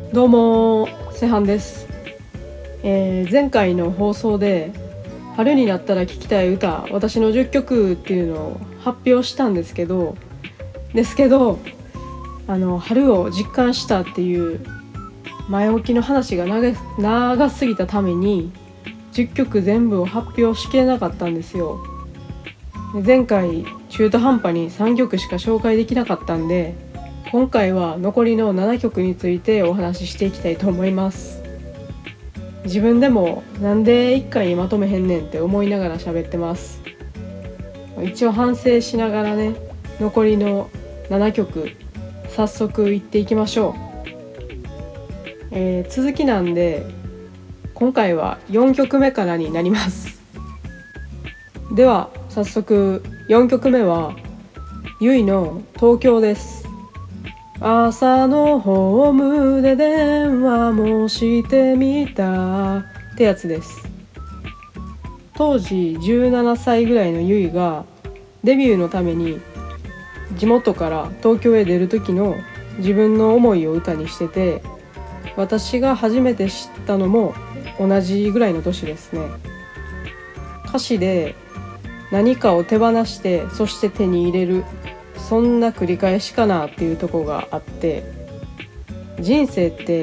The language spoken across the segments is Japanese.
どうもセハンです。前回の放送で春になったら聴きたい歌、私の10曲っていうのを発表したんですけど春を実感したっていう前置きの話が長すぎたために10曲全部を発表しきれなかったんですよ。で前回中途半端に3曲しか紹介できなかったんで、今回は残りの7曲についてお話ししていきたいと思います。自分でもなんで1回にまとめへんねんって思いながら喋ってます。一応反省しながらね、残りの7曲早速いっていきましょう。続きなんで今回は4曲目からになります。では早速4曲目はゆいの東京です。朝のホームで電話もしてみたってやつです。当時17歳ぐらいのゆいがデビューのために地元から東京へ出る時の自分の思いを歌にしてて、私が初めて知ったのも同じぐらいの年ですね。歌詞で何かを手放してそして手に入れる、そんな繰り返しかなっていうとこがあって、人生って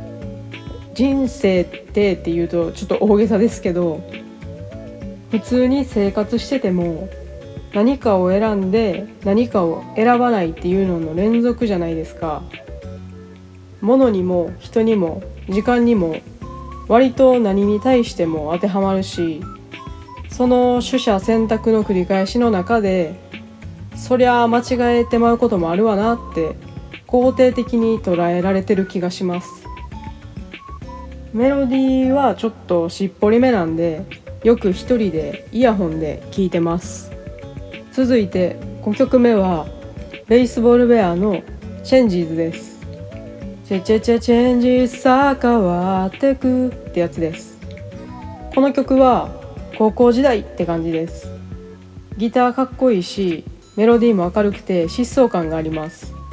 っていうとちょっと大げさですけど、普通に生活してても何かを選んで何かを選ばないっていうのの連続じゃないですか。物にも人にも時間にも割と何に対しても当てはまるし、その取捨選択の繰り返しの中でそりゃ間違えてまうこともあるわなって肯定的に捉えられてる気がします。メロディーはちょっとしっぽりめなんで、よく一人でイヤホンで聴いてます。続いて5曲目はベースボールベアのチェンジーズです。チェチェチェチェンジさ変わってくってやつです。この曲は高校時代って感じです。ギターかっこいいし、メロディーも明るくて疾走感があります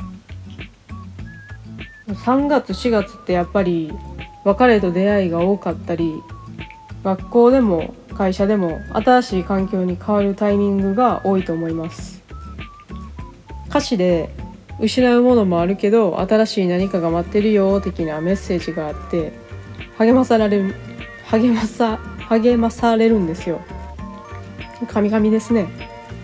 。3月4月ってやっぱり別れと出会いが多かったり、学校でも会社でも新しい環境に変わるタイミングが多いと思います。歌詞で失うものもあるけど新しい何かが待ってるよ的なメッセージがあって励まされるんですよ。神々ですね。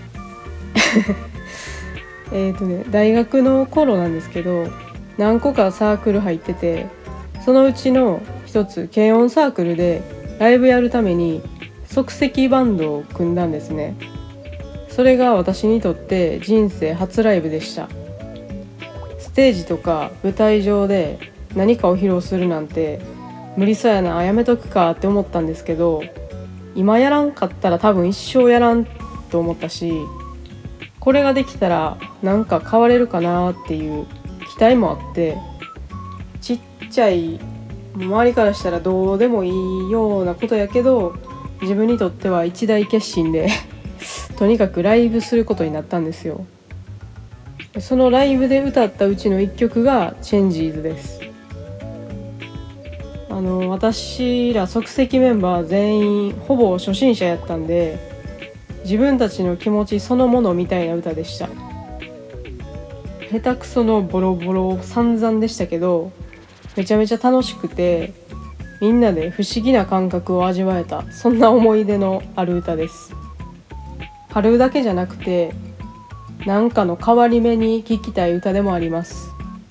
大学の頃なんですけど、何個かサークル入ってて、そのうちの一つ軽音サークルでライブやるために即席バンドを組んだんですね。それが私にとって人生初ライブでした。ステージとか舞台上で何かを披露するなんて無理そうやな、やめとくかって思ったんですけど、今やらんかったら多分一生やらんと思ったし、これができたらなんか変われるかなっていう期待もあって、ちっちゃい周りからしたらどうでもいいようなことやけど、自分にとっては一大決心でとにかくライブすることになったんですよ。そのライブで歌ったうちの1曲がチェンジーズです。私ら即席メンバー全員ほぼ初心者やったんで、自分たちの気持ちそのものみたいな歌でした。下手くそのボロボロ散々でしたけど、めちゃめちゃ楽しくて、みんなで不思議な感覚を味わえた、そんな思い出のある歌です。春だけじゃなくてなんかの変わり目に聴きたい歌でもあります。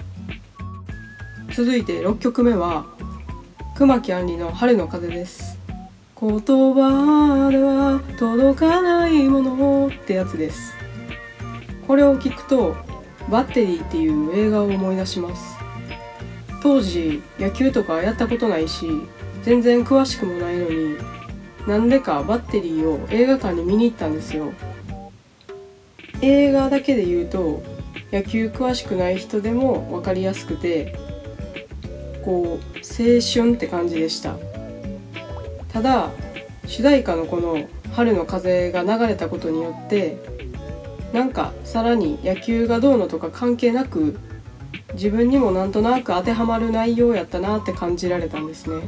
続いて6曲目は熊木杏里の春の風です。言葉では届かないものってやつです。これを聞くとバッテリーっていう映画を思い出します。当時野球とかやったことないし全然詳しくもないのに、なんでかバッテリーを映画館に見に行ったんですよ。映画だけで言うと野球詳しくない人でも分かりやすくて、こう青春って感じでした。ただ主題歌のこの春の風が流れたことによって、なんかさらに野球がどうのとか関係なく自分にもなんとなく当てはまる内容やったなって感じられたんですね。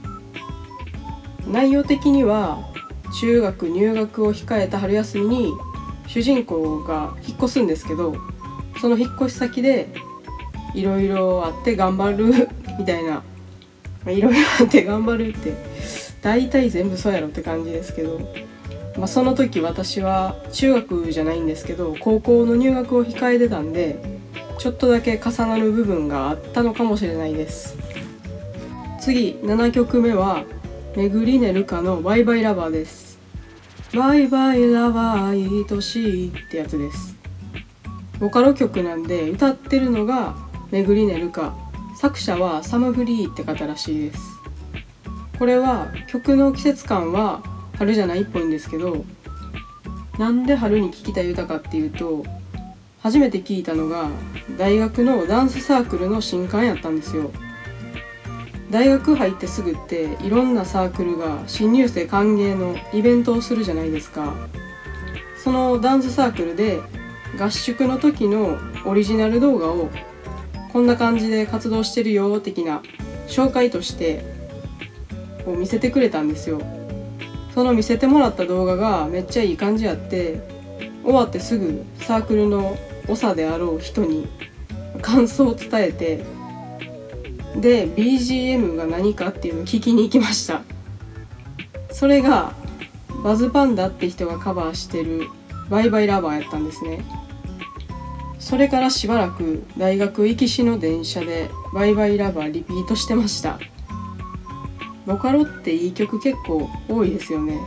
内容的には中学入学を控えた春休みに主人公が引っ越すんですけど、その引っ越し先でいろいろあって頑張るみたいな、いろいろあって頑張るって大体全部そうやろって感じですけど、その時私は中学じゃないんですけど高校の入学を控えてたんで、ちょっとだけ重なる部分があったのかもしれないです。次7曲目はめぐりねるかのバイバイラバーです。バイバイラバー愛しいってやつです。ボカロ曲なんで歌ってるのがめぐりねるか、作者はサムフリーって方らしいです。これは曲の季節感は春じゃないっぽいんですけど、なんで春に聴きたい歌かっていうと、初めて聴いたのが大学のダンスサークルの新刊やったんですよ。大学入ってすぐっていろんなサークルが新入生歓迎のイベントをするじゃないですか。そのダンスサークルで合宿の時のオリジナル動画をこんな感じで活動してるよ的な紹介としてこう見せてくれたんですよ。その見せてもらった動画がめっちゃいい感じやって、終わってすぐサークルの長であろう人に感想を伝えて、で BGM が何かっていうのを聞きに行きました。それがバズパンダって人がカバーしてるバイバイラバーやったんですね。それからしばらく大学行きしの電車でバイバイラバーリピートしてました。ボカロっていい曲結構多いですよね。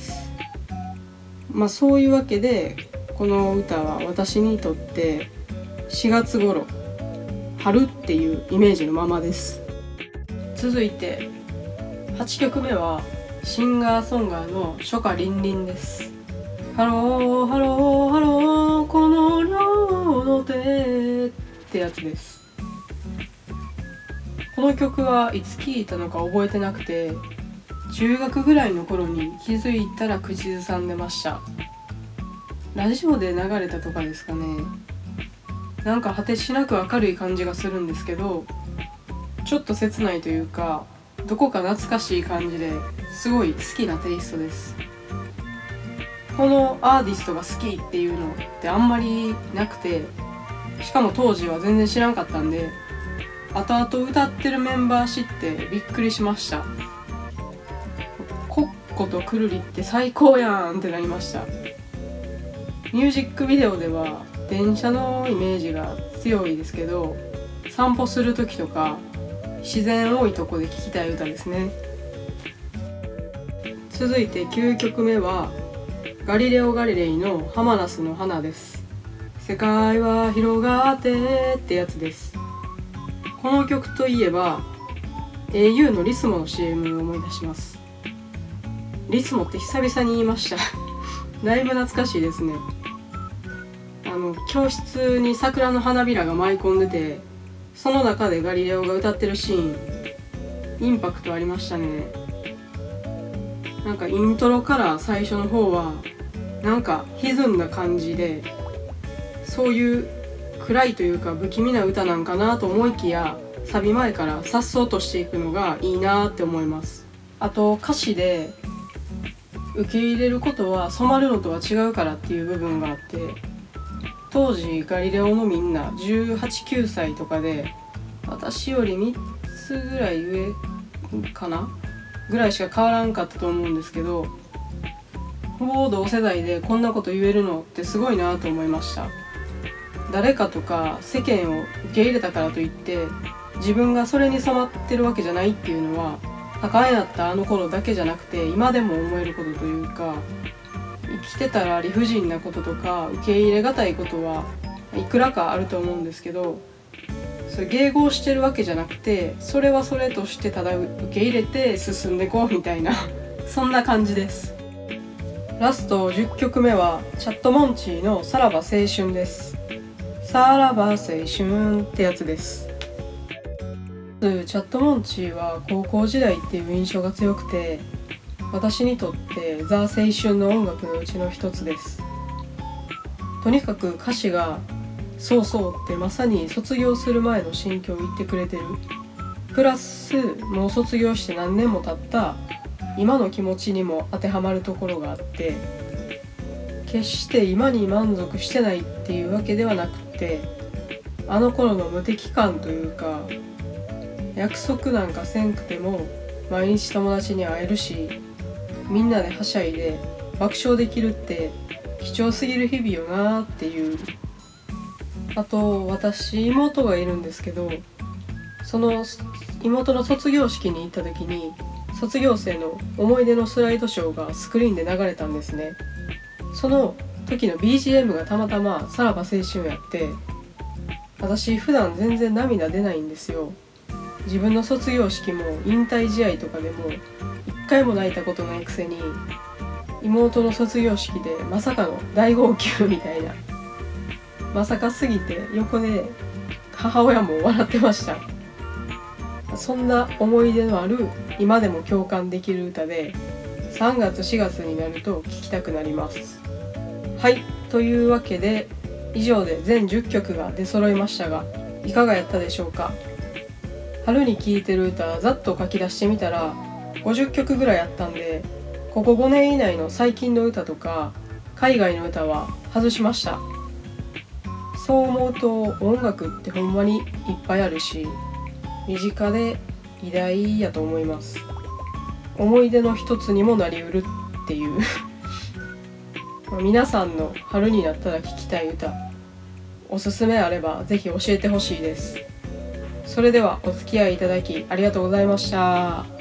そういうわけでこの歌は私にとって4月頃春っていうイメージのままです。続いて8曲目はシンガーソンガーの初夏りんりんです。ハローハローハローこの両の手ってやつです。この曲はいつ聴いたのか覚えてなくて、中学ぐらいの頃に気づいたら口ずさんでました。ラジオで流れたとかですかね。なんか果てしなく明るい感じがするんですけど、ちょっと切ないというかどこか懐かしい感じですごい好きなテイストです。このアーティストが好きっていうのってあんまりなくて、しかも当時は全然知らんかったんで、後々歌ってるメンバー知ってびっくりしました。コッコとくるりって最高やんってなりました。ミュージックビデオでは電車のイメージが強いですけど、散歩する時とか自然多いとこで聴きたい歌ですね。続いて9曲目はガリレオ・ガリレイのハマナスの花です。世界は広がってってやつです。この曲といえば au のリスモの CM を思い出します。リスモって久々に言いましただいぶ懐かしいですね。教室に桜の花びらが舞い込んでて、その中でガリレオが歌ってるシーンインパクトありましたね。なんかイントロから最初の方はなんか歪んだ感じで、そういう暗いというか不気味な歌なんかなと思いきや、サビ前から颯爽としていくのがいいなって思います。あと歌詞で受け入れることは染まるのとは違うからっていう部分があって、当時ガリレオのみんな18、9歳とかで、私より3つぐらい上かなぐらいしか変わらんかったと思うんですけど、ほぼ同世代でこんなこと言えるのってすごいなと思いました。誰かとか世間を受け入れたからといって自分がそれに染まってるわけじゃないっていうのは、高になったあの頃だけじゃなくて今でも思えることというか、生きてたら理不尽なこととか受け入れがたいことはいくらかあると思うんですけど、それ迎合してるわけじゃなくて、それはそれとしてただ受け入れて進んでこうみたいなそんな感じです。ラスト10曲目はチャットモンチーのさらば青春です。さらば青春ってやつです。チャットモンチーは高校時代っていう印象が強くて、私にとってザ・青春の音楽のうちの一つです。とにかく歌詞がそうそうってまさに卒業する前の心境を言ってくれてる。プラスもう卒業して何年も経った今の気持ちにも当てはまるところがあって、決して今に満足してないっていうわけではなくて、あの頃の無敵感というか、約束なんかせんくても毎日友達に会えるし、みんなではしゃいで爆笑できるって貴重すぎる日々よなっていう。あと私妹がいるんですけど、その妹の卒業式に行った時に卒業生の思い出のスライドショーがスクリーンで流れたんですね。その時の BGM がたまたまさらば青春やって、私普段全然涙出ないんですよ。自分の卒業式も引退試合とかでも一回も泣いたことないくせに、妹の卒業式でまさかの大号泣みたいな、まさかすぎて横で母親も笑ってました。そんな思い出のある今でも共感できる歌で、3月4月になると聴きたくなります。はい、というわけで以上で全10曲が出揃いましたが、いかがやったでしょうか。春に聴いてる歌ざっと書き出してみたら50曲ぐらいあったんで、ここ5年以内の最近の歌とか海外の歌は外しました。そう思うと音楽ってほんまにいっぱいあるし、身近で偉大やと思います。思い出の一つにもなりうるっていう皆さんの春になったら聴きたい歌、おすすめあればぜひ教えてほしいです。それではお付き合いいただきありがとうございました。